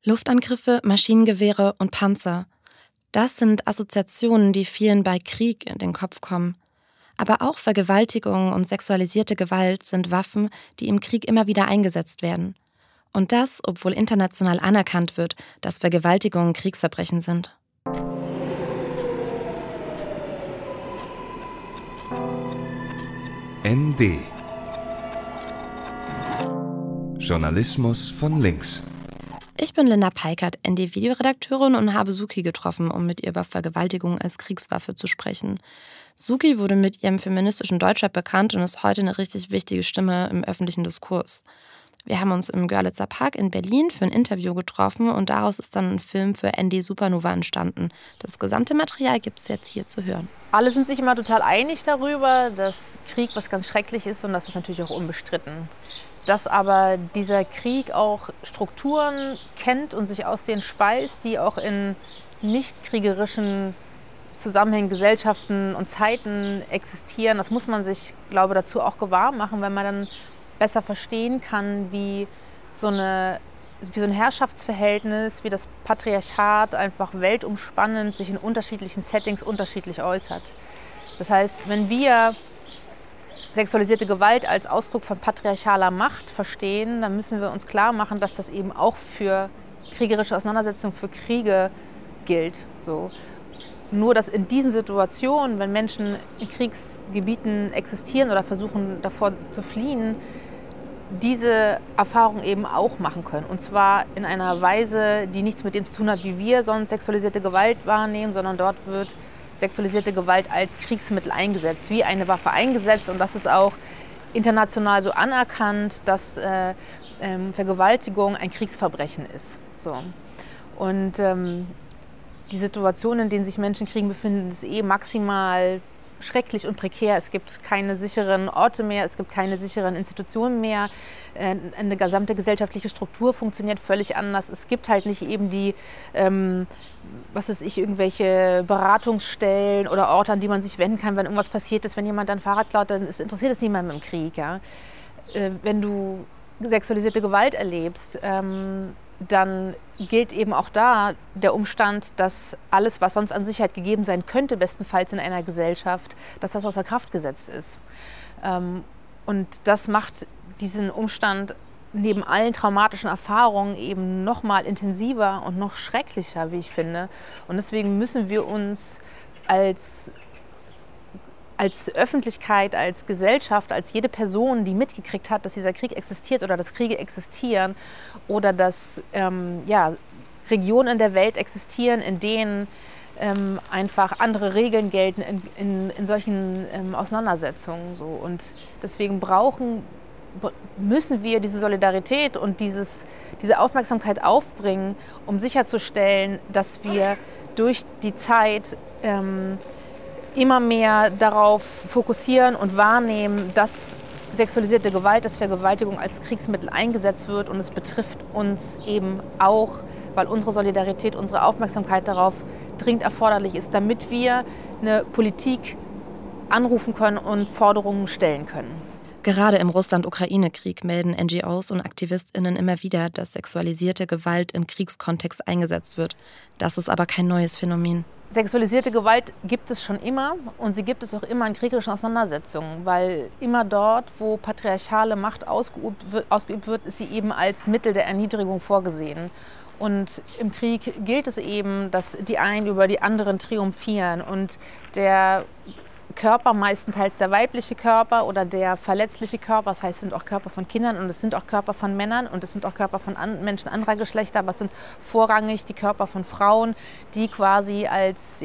Luftangriffe, Maschinengewehre und Panzer. Das sind Assoziationen, die vielen bei Krieg in den Kopf kommen. Aber auch Vergewaltigung und sexualisierte Gewalt sind Waffen, die im Krieg immer wieder eingesetzt werden. Und das, obwohl international anerkannt wird, dass Vergewaltigungen Kriegsverbrechen sind. ND Journalismus von links. Ich bin Linda Peikert, ND-Videoredakteurin und habe Suki getroffen, um mit ihr über Vergewaltigung als Kriegswaffe zu sprechen. Suki wurde mit ihrem feministischen Deutschrap bekannt und ist heute eine richtig wichtige Stimme im öffentlichen Diskurs. Wir haben uns im Görlitzer Park in Berlin für ein Interview getroffen und daraus ist dann ein Film für ND Supernova entstanden. Das gesamte Material gibt es jetzt hier zu hören. Alle sind sich immer total einig darüber, dass Krieg was ganz schrecklich ist und das ist natürlich auch unbestritten. Dass aber dieser Krieg auch Strukturen kennt und sich aus denen speist, die auch in nicht kriegerischen Zusammenhängen, Gesellschaften und Zeiten existieren. Das muss man sich, glaube ich, dazu auch gewahr machen, wenn man dann besser verstehen kann, wie so ein Herrschaftsverhältnis, wie das Patriarchat einfach weltumspannend sich in unterschiedlichen Settings unterschiedlich äußert. Das heißt, wenn wir sexualisierte Gewalt als Ausdruck von patriarchaler Macht verstehen, dann müssen wir uns klar machen, dass das eben auch für kriegerische Auseinandersetzungen, für Kriege gilt. So. Nur, dass in diesen Situationen, wenn Menschen in Kriegsgebieten existieren oder versuchen, davor zu fliehen, diese Erfahrung eben auch machen können. Und zwar in einer Weise, die nichts mit dem zu tun hat, wie wir sonst sexualisierte Gewalt wahrnehmen, sondern dort wird sexualisierte Gewalt als Kriegsmittel eingesetzt, wie eine Waffe eingesetzt. Und das ist auch international so anerkannt, dass Vergewaltigung ein Kriegsverbrechen ist. So. Und die Situation, in denen sich Menschen in Kriegen befinden, ist maximal schrecklich und prekär. Es gibt keine sicheren Orte mehr, es gibt keine sicheren Institutionen mehr. Eine gesamte gesellschaftliche Struktur funktioniert völlig anders. Es gibt halt nicht eben die, irgendwelche Beratungsstellen oder Orte, an die man sich wenden kann, wenn irgendwas passiert ist. Wenn jemand ein Fahrrad klaut, dann interessiert es niemanden im Krieg. Ja? Wenn du sexualisierte Gewalt erlebst, dann gilt eben auch da der Umstand, dass alles, was sonst an Sicherheit gegeben sein könnte, bestenfalls in einer Gesellschaft, dass das außer Kraft gesetzt ist. Und das macht diesen Umstand neben allen traumatischen Erfahrungen eben noch mal intensiver und noch schrecklicher, wie ich finde. Und deswegen müssen wir uns als Öffentlichkeit, als Gesellschaft, als jede Person, die mitgekriegt hat, dass dieser Krieg existiert oder dass Kriege existieren oder dass Regionen in der Welt existieren, in denen einfach andere Regeln gelten in solchen Auseinandersetzungen. So. Und deswegen müssen wir diese Solidarität und diese Aufmerksamkeit aufbringen, um sicherzustellen, dass wir durch die Zeit immer mehr darauf fokussieren und wahrnehmen, dass sexualisierte Gewalt, dass Vergewaltigung als Kriegsmittel eingesetzt wird. Und es betrifft uns eben auch, weil unsere Solidarität, unsere Aufmerksamkeit darauf dringend erforderlich ist, damit wir eine Politik anrufen können und Forderungen stellen können. Gerade im Russland-Ukraine-Krieg melden NGOs und AktivistInnen immer wieder, dass sexualisierte Gewalt im Kriegskontext eingesetzt wird. Das ist aber kein neues Phänomen. Sexualisierte Gewalt gibt es schon immer und sie gibt es auch immer in kriegerischen Auseinandersetzungen, weil immer dort, wo patriarchale Macht ausgeübt wird, ist sie eben als Mittel der Erniedrigung vorgesehen. Und im Krieg gilt es eben, dass die einen über die anderen triumphieren und der Körper, meistenteils der weibliche Körper oder der verletzliche Körper, das heißt, es sind auch Körper von Kindern und es sind auch Körper von Männern und es sind auch Körper von Menschen anderer Geschlechter, aber es sind vorrangig die Körper von Frauen, die quasi als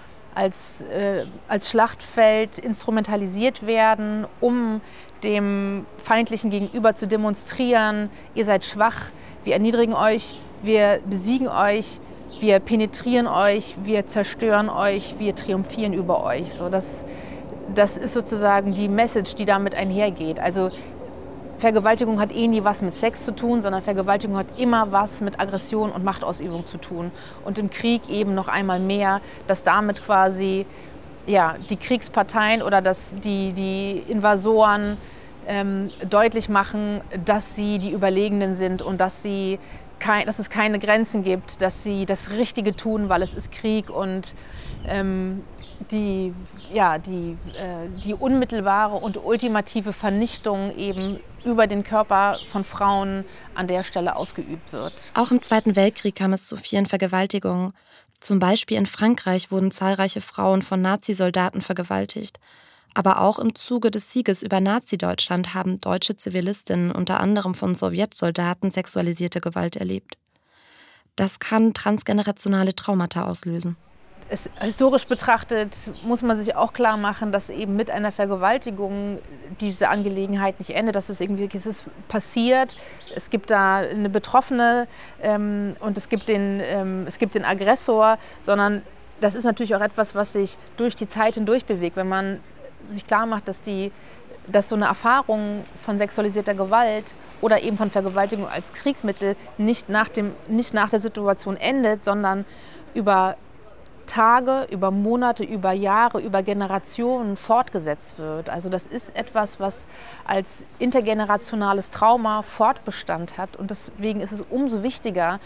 Schlachtfeld instrumentalisiert werden, um dem feindlichen Gegenüber zu demonstrieren, ihr seid schwach, wir erniedrigen euch, wir besiegen euch, wir penetrieren euch, wir zerstören euch, wir triumphieren über euch. So, das ist sozusagen die Message, die damit einhergeht. Also Vergewaltigung hat nie was mit Sex zu tun, sondern Vergewaltigung hat immer was mit Aggression und Machtausübung zu tun. Und im Krieg eben noch einmal mehr, dass damit quasi die Kriegsparteien oder dass die Invasoren deutlich machen, dass sie die Überlegenen sind und dass sie dass es keine Grenzen gibt, dass sie das Richtige tun, weil es ist Krieg und die unmittelbare und ultimative Vernichtung eben über den Körper von Frauen an der Stelle ausgeübt wird. Auch im Zweiten Weltkrieg kam es zu vielen Vergewaltigungen. Zum Beispiel in Frankreich wurden zahlreiche Frauen von Nazisoldaten vergewaltigt. Aber auch im Zuge des Sieges über Nazi-Deutschland haben deutsche Zivilistinnen unter anderem von Sowjetsoldaten sexualisierte Gewalt erlebt. Das kann transgenerationale Traumata auslösen. Historisch betrachtet muss man sich auch klar machen, dass eben mit einer Vergewaltigung diese Angelegenheit nicht endet, dass es ist passiert, es gibt da eine Betroffene und es gibt den Aggressor, sondern das ist natürlich auch etwas, was sich durch die Zeit hindurch bewegt. Wenn man sich klar macht, dass so eine Erfahrung von sexualisierter Gewalt oder eben von Vergewaltigung als Kriegsmittel nicht nach der Situation endet, sondern über Tage, über Monate, über Jahre, über Generationen fortgesetzt wird. Also das ist etwas, was als intergenerationales Trauma Fortbestand hat. Und deswegen ist es umso wichtiger,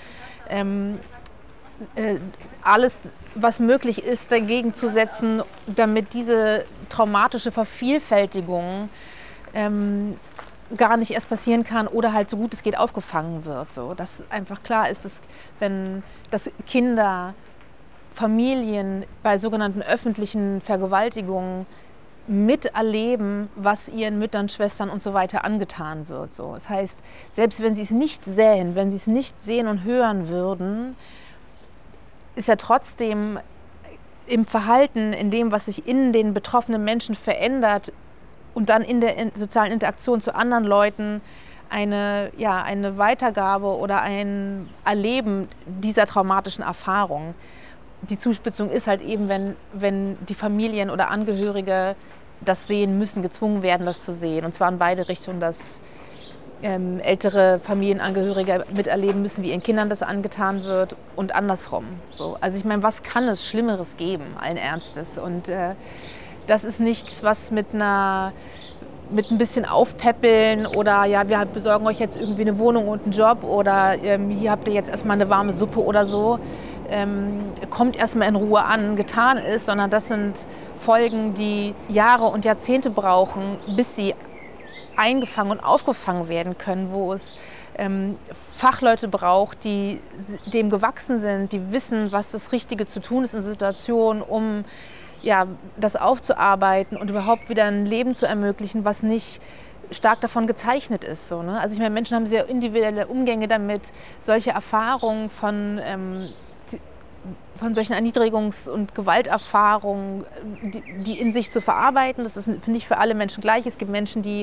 alles, was möglich ist, dagegen zu setzen, damit diese traumatische Vervielfältigung gar nicht erst passieren kann oder halt so gut es geht aufgefangen wird. So, dass einfach klar ist, dass Kinder, Familien bei sogenannten öffentlichen Vergewaltigungen miterleben, was ihren Müttern, Schwestern und so weiter angetan wird. So. Das heißt, selbst wenn sie es nicht sähen, wenn sie es nicht sehen und hören würden, ist ja trotzdem im Verhalten, in dem, was sich in den betroffenen Menschen verändert und dann in der sozialen Interaktion zu anderen Leuten eine Weitergabe oder ein Erleben dieser traumatischen Erfahrung. Die Zuspitzung ist halt eben, wenn die Familien oder Angehörige das sehen müssen, gezwungen werden, das zu sehen. Und zwar in beide Richtungen, dass ältere Familienangehörige miterleben müssen, wie ihren Kindern das angetan wird und andersrum. So. Also ich meine, was kann es Schlimmeres geben, allen Ernstes? Und das ist nichts, was mit ein bisschen aufpäppeln oder ja, wir besorgen euch jetzt irgendwie eine Wohnung und einen Job oder hier habt ihr jetzt erstmal eine warme Suppe oder so, kommt erstmal in Ruhe an, getan ist, sondern das sind Folgen, die Jahre und Jahrzehnte brauchen, bis sie eingefangen und aufgefangen werden können, wo es Fachleute braucht, die dem gewachsen sind, die wissen, was das Richtige zu tun ist in Situationen, um das aufzuarbeiten und überhaupt wieder ein Leben zu ermöglichen, was nicht stark davon gezeichnet ist. So, ne? Also ich meine, Menschen haben sehr individuelle Umgänge damit, solche Erfahrungen von solchen Erniedrigungs- und Gewalterfahrungen, die in sich zu verarbeiten. Das ist nicht für alle Menschen gleich. Es gibt Menschen, die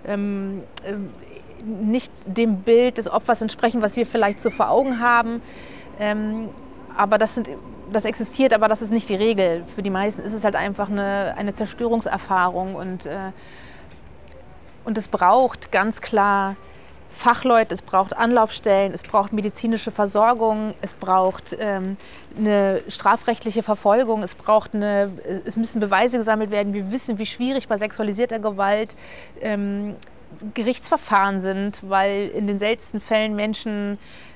nicht dem Bild des Opfers entsprechen, was wir vielleicht so vor Augen haben. Aber das existiert, aber das ist nicht die Regel. Für die meisten ist es halt einfach eine Zerstörungserfahrung und es braucht ganz klar Fachleute, es braucht Anlaufstellen, es braucht medizinische Versorgung, es braucht eine strafrechtliche Verfolgung, es müssen Beweise gesammelt werden. Wir wissen, wie schwierig bei sexualisierter Gewalt Gerichtsverfahren sind, weil in den seltensten Fällen Menschen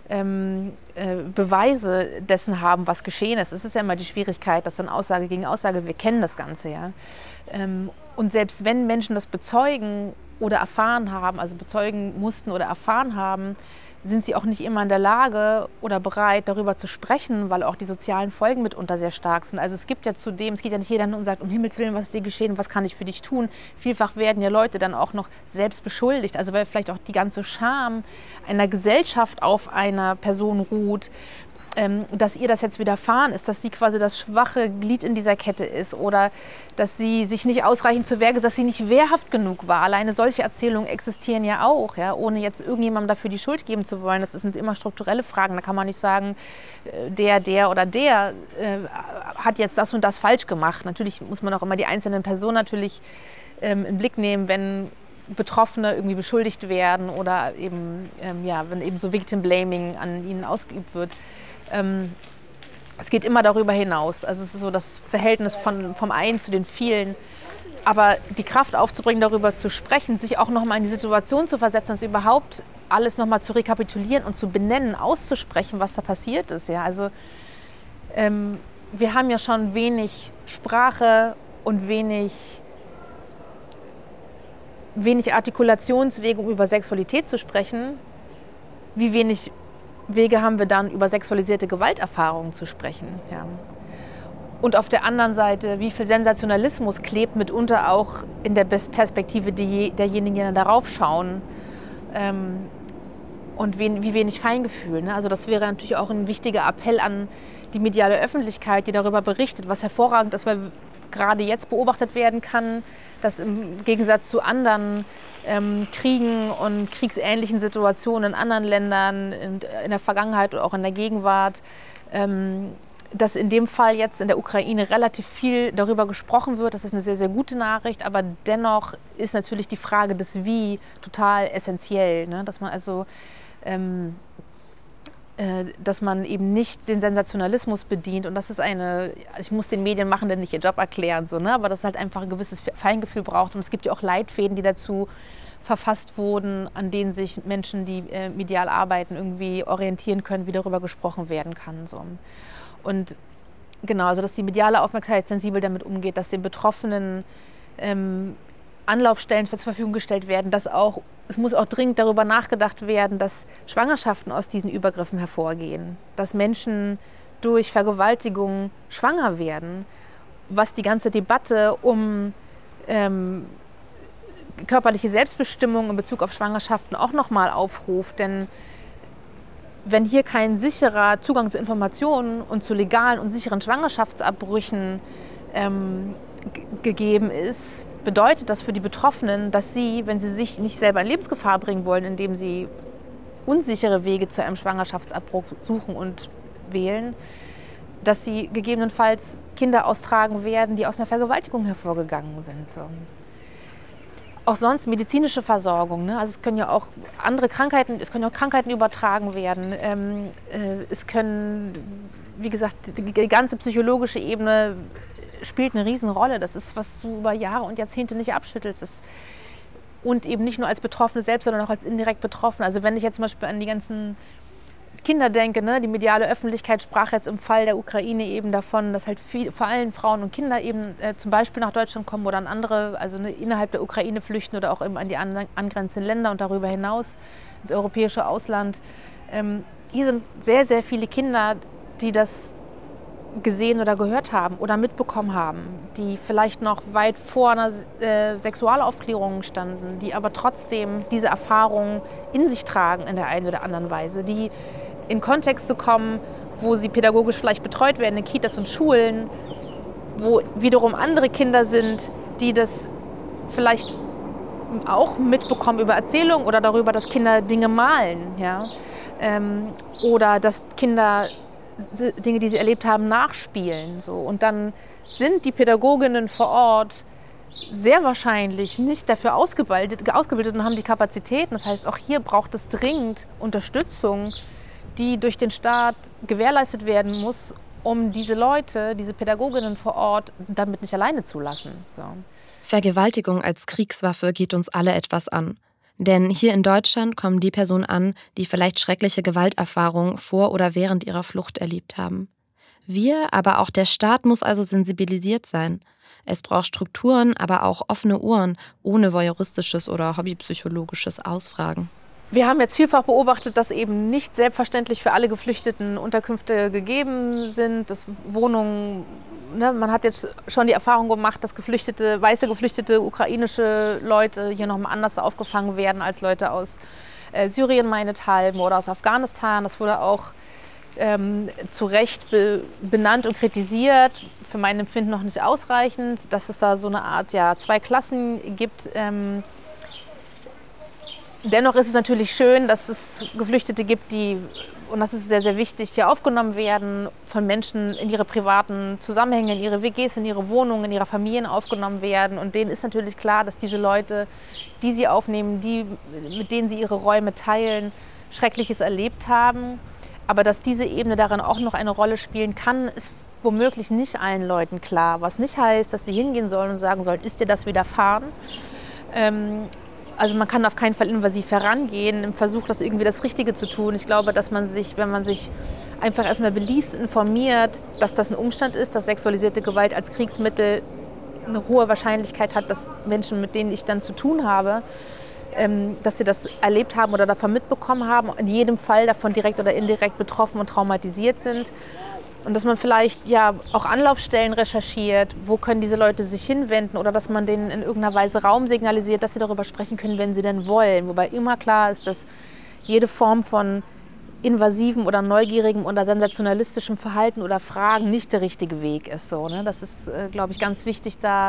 Beweise dessen haben, was geschehen ist. Es ist ja immer die Schwierigkeit, dass dann Aussage gegen Aussage, wir kennen das Ganze ja. Und selbst wenn Menschen das bezeugen oder erfahren haben, also bezeugen mussten oder erfahren haben, sind sie auch nicht immer in der Lage oder bereit, darüber zu sprechen, weil auch die sozialen Folgen mitunter sehr stark sind. Also es geht ja nicht jeder hin und sagt, um Himmels Willen, was ist dir geschehen, was kann ich für dich tun? Vielfach werden ja Leute dann auch noch selbst beschuldigt, also weil vielleicht auch die ganze Scham einer Gesellschaft auf einer Person ruht, dass ihr das jetzt widerfahren ist, dass sie quasi das schwache Glied in dieser Kette ist oder dass sie sich nicht ausreichend zur Wehr gesetzt, dass sie nicht wehrhaft genug war. Alleine solche Erzählungen existieren ja auch, ja, ohne jetzt irgendjemandem dafür die Schuld geben zu wollen. Das sind immer strukturelle Fragen. Da kann man nicht sagen, der oder der hat jetzt das und das falsch gemacht. Natürlich muss man auch immer die einzelnen Personen natürlich im Blick nehmen, wenn Betroffene irgendwie beschuldigt werden oder eben, wenn eben so Victim Blaming an ihnen ausgeübt wird. Es geht immer darüber hinaus. Also es ist so das Verhältnis vom einen zu den vielen. Aber die Kraft aufzubringen, darüber zu sprechen, sich auch noch mal in die Situation zu versetzen, dass überhaupt alles nochmal zu rekapitulieren und zu benennen, auszusprechen, was da passiert ist. Ja? Also wir haben ja schon wenig Sprache und wenig Artikulationswege, um über Sexualität zu sprechen. Wie wenig Wege haben wir dann, über sexualisierte Gewalterfahrungen zu sprechen. Ja. Und auf der anderen Seite, wie viel Sensationalismus klebt mitunter auch in der Perspektive derjenigen, die darauf schauen. Und wie wenig Feingefühl. Ne? Also das wäre natürlich auch ein wichtiger Appell an die mediale Öffentlichkeit, die darüber berichtet, was hervorragend ist, weil gerade jetzt beobachtet werden kann, dass im Gegensatz zu anderen Kriegen und kriegsähnlichen Situationen in anderen Ländern, in der Vergangenheit oder auch in der Gegenwart, dass in dem Fall jetzt in der Ukraine relativ viel darüber gesprochen wird. Das ist eine sehr, sehr gute Nachricht, aber dennoch ist natürlich die Frage des Wie total essentiell, ne? Dass man also dass man eben nicht den Sensationalismus bedient. Und das ist ich muss den Medienmachenden nicht ihren Job erklären, so, ne? Aber dass es halt einfach ein gewisses Feingefühl braucht. Und es gibt ja auch Leitfäden, die dazu verfasst wurden, an denen sich Menschen, die medial arbeiten, irgendwie orientieren können, wie darüber gesprochen werden kann. So. Und genau, also dass die mediale Aufmerksamkeit sensibel damit umgeht, dass den Betroffenen Anlaufstellen zur Verfügung gestellt werden, es muss auch dringend darüber nachgedacht werden, dass Schwangerschaften aus diesen Übergriffen hervorgehen, dass Menschen durch Vergewaltigung schwanger werden, was die ganze Debatte um körperliche Selbstbestimmung in Bezug auf Schwangerschaften auch nochmal aufruft. Denn wenn hier kein sicherer Zugang zu Informationen und zu legalen und sicheren Schwangerschaftsabbrüchen gegeben ist, bedeutet das für die Betroffenen, dass sie, wenn sie sich nicht selber in Lebensgefahr bringen wollen, indem sie unsichere Wege zu einem Schwangerschaftsabbruch suchen und wählen, dass sie gegebenenfalls Kinder austragen werden, die aus einer Vergewaltigung hervorgegangen sind. So. Auch sonst medizinische Versorgung, ne? Also es können ja auch andere Krankheiten, Krankheiten übertragen werden. Es können, wie gesagt, die ganze psychologische Ebene spielt eine Riesenrolle. Das ist, was du über Jahre und Jahrzehnte nicht abschüttelst. Und eben nicht nur als Betroffene selbst, sondern auch als indirekt Betroffene. Also wenn ich jetzt zum Beispiel an die ganzen Kinder denke, ne, die mediale Öffentlichkeit sprach jetzt im Fall der Ukraine eben davon, dass halt vor allem Frauen und Kinder eben zum Beispiel nach Deutschland kommen oder an andere, also ne, innerhalb der Ukraine flüchten oder auch eben an die angrenzenden Länder und darüber hinaus ins europäische Ausland. Hier sind sehr, sehr viele Kinder, die das gesehen oder gehört haben oder mitbekommen haben, die vielleicht noch weit vor einer Sexualaufklärung standen, die aber trotzdem diese Erfahrungen in sich tragen in der einen oder anderen Weise, die in Kontexte kommen, wo sie pädagogisch vielleicht betreut werden, in Kitas und Schulen, wo wiederum andere Kinder sind, die das vielleicht auch mitbekommen über Erzählungen oder darüber, dass Kinder Dinge malen, ja? Oder dass Kinder Dinge, die sie erlebt haben, nachspielen. So. Und dann sind die Pädagoginnen vor Ort sehr wahrscheinlich nicht dafür ausgebildet und haben die Kapazitäten. Das heißt, auch hier braucht es dringend Unterstützung, die durch den Staat gewährleistet werden muss, um diese Leute, diese Pädagoginnen vor Ort damit nicht alleine zu lassen. So. Vergewaltigung als Kriegswaffe geht uns alle etwas an. Denn hier in Deutschland kommen die Personen an, die vielleicht schreckliche Gewalterfahrungen vor oder während ihrer Flucht erlebt haben. Wir, aber auch der Staat muss also sensibilisiert sein. Es braucht Strukturen, aber auch offene Ohren, ohne voyeuristisches oder hobbypsychologisches Ausfragen. Wir haben jetzt vielfach beobachtet, dass eben nicht selbstverständlich für alle Geflüchteten Unterkünfte gegeben sind, dass Wohnungen, ne, man hat jetzt schon die Erfahrung gemacht, dass weiße geflüchtete ukrainische Leute hier nochmal anders aufgefangen werden als Leute aus Syrien meinethalben oder aus Afghanistan. Das wurde auch zu Recht benannt und kritisiert, für mein Empfinden noch nicht ausreichend, dass es da so eine Art, ja, zwei Klassen gibt. Dennoch ist es natürlich schön, dass es Geflüchtete gibt, die, und das ist sehr, sehr wichtig, hier aufgenommen werden, von Menschen in ihre privaten Zusammenhänge, in ihre WGs, in ihre Wohnungen, in ihre Familien aufgenommen werden. Und denen ist natürlich klar, dass diese Leute, die sie aufnehmen, mit denen sie ihre Räume teilen, Schreckliches erlebt haben. Aber dass diese Ebene darin auch noch eine Rolle spielen kann, ist womöglich nicht allen Leuten klar. Was nicht heißt, dass sie hingehen sollen und sagen sollen, ist dir das widerfahren? also man kann auf keinen Fall invasiv herangehen im Versuch, das irgendwie das Richtige zu tun. Ich glaube, dass man sich, wenn man sich einfach erstmal beliest, informiert, dass das ein Umstand ist, dass sexualisierte Gewalt als Kriegsmittel eine hohe Wahrscheinlichkeit hat, dass Menschen, mit denen ich dann zu tun habe, dass sie das erlebt haben oder davon mitbekommen haben, in jedem Fall davon direkt oder indirekt betroffen und traumatisiert sind. Und dass man vielleicht ja auch Anlaufstellen recherchiert, wo können diese Leute sich hinwenden oder dass man denen in irgendeiner Weise Raum signalisiert, dass sie darüber sprechen können, wenn sie denn wollen. Wobei immer klar ist, dass jede Form von invasivem oder neugierigem oder sensationalistischem Verhalten oder Fragen nicht der richtige Weg ist. So, ne? Das ist, glaube ich, ganz wichtig, da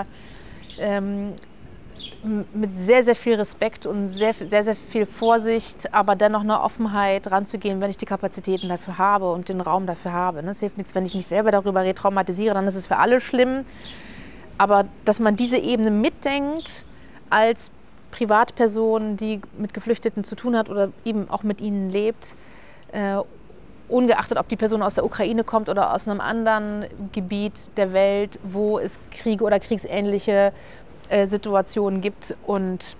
mit sehr, sehr viel Respekt und sehr, sehr viel Vorsicht, aber dennoch eine Offenheit ranzugehen, wenn ich die Kapazitäten dafür habe und den Raum dafür habe. Es hilft nichts, wenn ich mich selber darüber retraumatisiere, dann ist es für alle schlimm. Aber dass man diese Ebene mitdenkt als Privatperson, die mit Geflüchteten zu tun hat oder eben auch mit ihnen lebt, ungeachtet, ob die Person aus der Ukraine kommt oder aus einem anderen Gebiet der Welt, wo es Kriege oder kriegsähnliche Situationen gibt und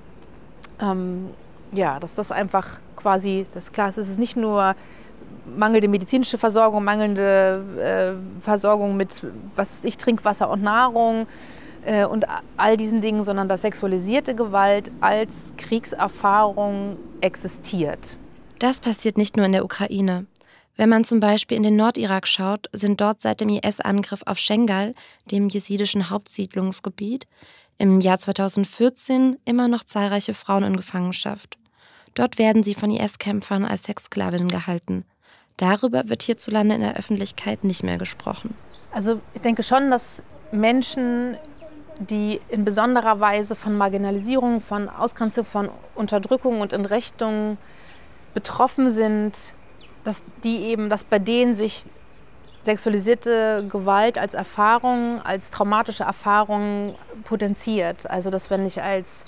ja, dass das einfach quasi, das ist klar, es ist nicht nur mangelnde medizinische Versorgung, mangelnde Versorgung mit, was weiß ich, Trinkwasser und Nahrung und all diesen Dingen, sondern dass sexualisierte Gewalt als Kriegserfahrung existiert. Das passiert nicht nur in der Ukraine. Wenn man zum Beispiel in den Nordirak schaut, sind dort seit dem IS-Angriff auf Schengal, dem jesidischen Hauptsiedlungsgebiet, im Jahr 2014 immer noch zahlreiche Frauen in Gefangenschaft. Dort werden sie von IS-Kämpfern als Sexsklavinnen gehalten. Darüber wird hierzulande in der Öffentlichkeit nicht mehr gesprochen. Also ich denke schon, dass Menschen, die in besonderer Weise von Marginalisierung, von Ausgrenzung, von Unterdrückung und Entrechtung betroffen sind, dass bei denen sich sexualisierte Gewalt als Erfahrung, als traumatische Erfahrung potenziert. Also dass wenn ich als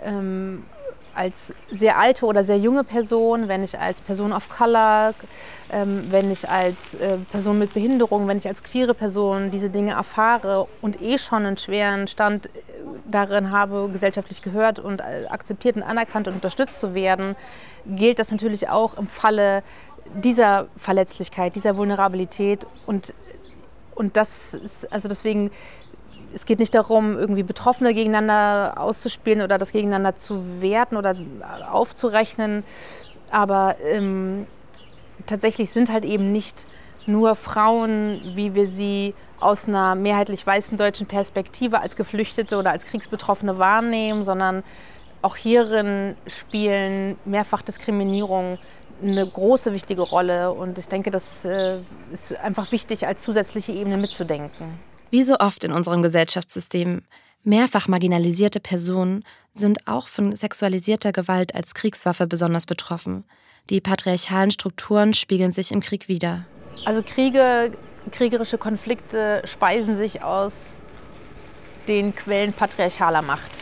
sehr alte oder sehr junge Person, wenn ich als Person of Color, wenn ich als Person mit Behinderung, wenn ich als queere Person diese Dinge erfahre und schon einen schweren Stand darin habe, gesellschaftlich gehört und akzeptiert und anerkannt und unterstützt zu werden, gilt das natürlich auch im Falle dieser Verletzlichkeit, dieser Vulnerabilität und das ist, also deswegen, es geht nicht darum, irgendwie Betroffene gegeneinander auszuspielen oder das gegeneinander zu werten oder aufzurechnen, aber tatsächlich sind halt eben nicht nur Frauen, wie wir sie aus einer mehrheitlich weißen deutschen Perspektive als Geflüchtete oder als Kriegsbetroffene wahrnehmen, sondern auch hierin spielen Mehrfachdiskriminierung eine große, wichtige Rolle. Und ich denke, das ist einfach wichtig, als zusätzliche Ebene mitzudenken. Wie so oft in unserem Gesellschaftssystem, mehrfach marginalisierte Personen sind auch von sexualisierter Gewalt als Kriegswaffe besonders betroffen. Die patriarchalen Strukturen spiegeln sich im Krieg wider. Also kriegerische Konflikte speisen sich aus den Quellen patriarchaler Macht.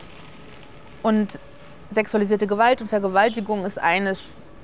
Und sexualisierte Gewalt und Vergewaltigung ist ein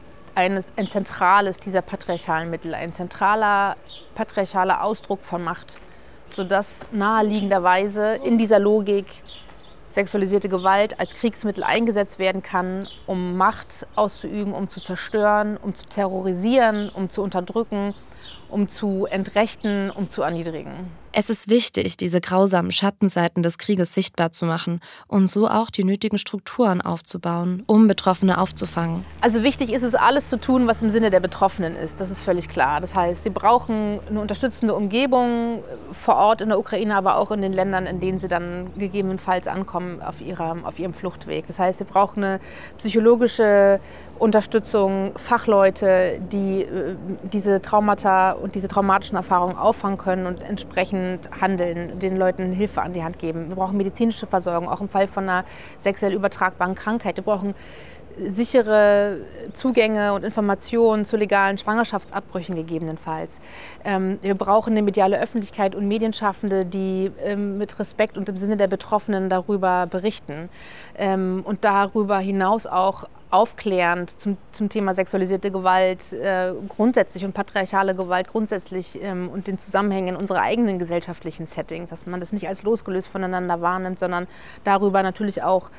zentrales dieser patriarchalen Mittel, ein zentraler patriarchaler Ausdruck von Macht, sodass naheliegenderweise in dieser Logik sexualisierte Gewalt als Kriegsmittel eingesetzt werden kann, um Macht auszuüben, um zu zerstören, um zu terrorisieren, um zu unterdrücken, um zu entrechten, um zu erniedrigen. Es ist wichtig, diese grausamen Schattenseiten des Krieges sichtbar zu machen und so auch die nötigen Strukturen aufzubauen, um Betroffene aufzufangen. Also wichtig ist es, alles zu tun, was im Sinne der Betroffenen ist. Das ist völlig klar. Das heißt, sie brauchen eine unterstützende Umgebung vor Ort in der Ukraine, aber auch in den Ländern, in denen sie dann gegebenenfalls ankommen auf ihrem Fluchtweg. Das heißt, sie brauchen eine psychologische Unterstützung, Fachleute, die diese Traumata und diese traumatischen Erfahrungen auffangen können und entsprechend handeln, den Leuten Hilfe an die Hand geben. Wir brauchen medizinische Versorgung, auch im Fall von einer sexuell übertragbaren Krankheit. Wir brauchen sichere Zugänge und Informationen zu legalen Schwangerschaftsabbrüchen gegebenenfalls. Wir brauchen eine mediale Öffentlichkeit und Medienschaffende, die mit Respekt und im Sinne der Betroffenen darüber berichten und darüber hinaus auch aufklärend zum Thema sexualisierte Gewalt grundsätzlich und patriarchale Gewalt grundsätzlich und den Zusammenhängen in unserer eigenen gesellschaftlichen Settings, dass man das nicht als losgelöst voneinander wahrnimmt, sondern darüber natürlich auch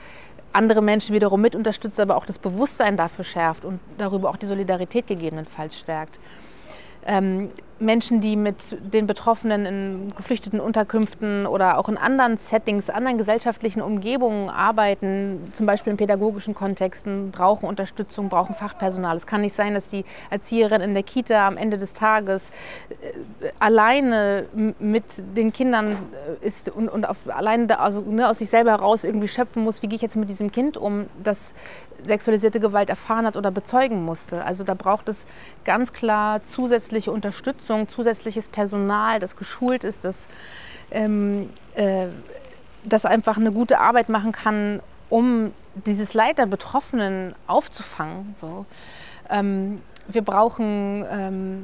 andere Menschen wiederum mit unterstützt, aber auch das Bewusstsein dafür schärft und darüber auch die Solidarität gegebenenfalls stärkt. Menschen, die mit den Betroffenen in geflüchteten Unterkünften oder auch in anderen Settings, anderen gesellschaftlichen Umgebungen arbeiten, zum Beispiel in pädagogischen Kontexten, brauchen Unterstützung, brauchen Fachpersonal. Es kann nicht sein, dass die Erzieherin in der Kita am Ende des Tages alleine mit den Kindern ist und alleine aus sich selber heraus irgendwie schöpfen muss, wie gehe ich jetzt mit diesem Kind um, das sexualisierte Gewalt erfahren hat oder bezeugen musste. Also da braucht es ganz klar zusätzliche Unterstützung, zusätzliches Personal, das geschult ist, das einfach eine gute Arbeit machen kann, um dieses Leid der Betroffenen aufzufangen. So. Wir brauchen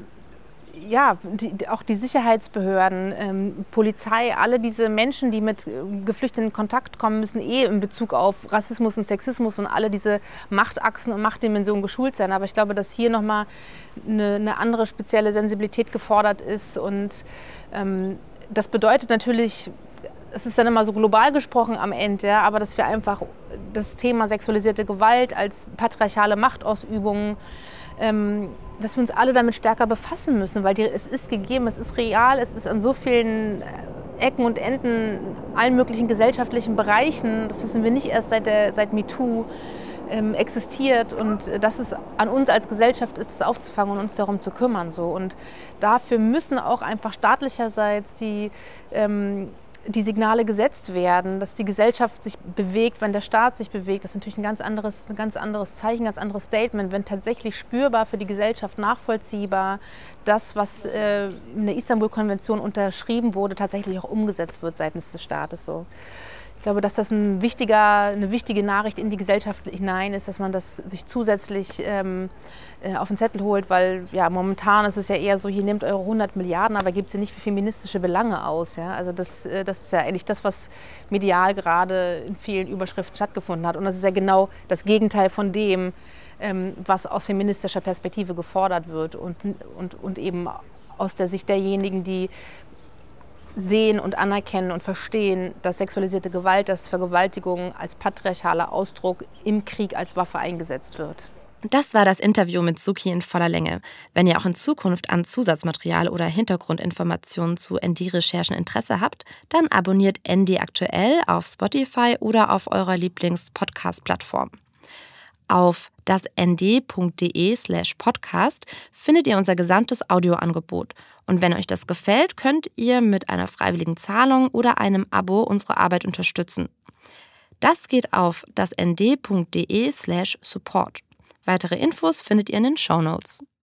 auch die Sicherheitsbehörden, Polizei, alle diese Menschen, die mit Geflüchteten in Kontakt kommen, müssen in Bezug auf Rassismus und Sexismus und alle diese Machtachsen und Machtdimensionen geschult sein. Aber ich glaube, dass hier nochmal eine andere spezielle Sensibilität gefordert ist. Und das bedeutet natürlich, es ist dann immer so global gesprochen am Ende, ja, aber dass wir einfach das Thema sexualisierte Gewalt als patriarchale Machtausübung, dass wir uns alle damit stärker befassen müssen, weil es ist gegeben, es ist real, es ist an so vielen Ecken und Enden, allen möglichen gesellschaftlichen Bereichen, das wissen wir nicht erst seit MeToo, existiert, und das ist an uns als Gesellschaft ist, es aufzufangen und uns darum zu kümmern. So. Und dafür müssen auch einfach staatlicherseits die Signale gesetzt werden, dass die Gesellschaft sich bewegt, wenn der Staat sich bewegt. Das ist natürlich ein ganz anderes Zeichen, ein ganz anderes Statement, wenn tatsächlich spürbar für die Gesellschaft nachvollziehbar das, was in der Istanbul-Konvention unterschrieben wurde, tatsächlich auch umgesetzt wird seitens des Staates. So. Ich glaube, dass das eine wichtige Nachricht in die Gesellschaft hinein ist, dass man das sich zusätzlich auf den Zettel holt, weil ja, momentan ist es ja eher so, hier nehmt eure 100 Milliarden, aber gebt sie nicht für feministische Belange aus. Ja? Also das ist ja eigentlich das, was medial gerade in vielen Überschriften stattgefunden hat. Und das ist ja genau das Gegenteil von dem, was aus feministischer Perspektive gefordert wird und eben aus der Sicht derjenigen, die sehen und anerkennen und verstehen, dass sexualisierte Gewalt, dass Vergewaltigung als patriarchaler Ausdruck im Krieg als Waffe eingesetzt wird. Das war das Interview mit Suki in voller Länge. Wenn ihr auch in Zukunft an Zusatzmaterial oder Hintergrundinformationen zu ND-Recherchen Interesse habt, dann abonniert ND aktuell auf Spotify oder auf eurer Lieblings-Podcast-Plattform. Auf dasnd.de/podcast findet ihr unser gesamtes Audioangebot. Und wenn euch das gefällt, könnt ihr mit einer freiwilligen Zahlung oder einem Abo unsere Arbeit unterstützen. Das geht auf dasnd.de/support. Weitere Infos findet ihr in den Shownotes.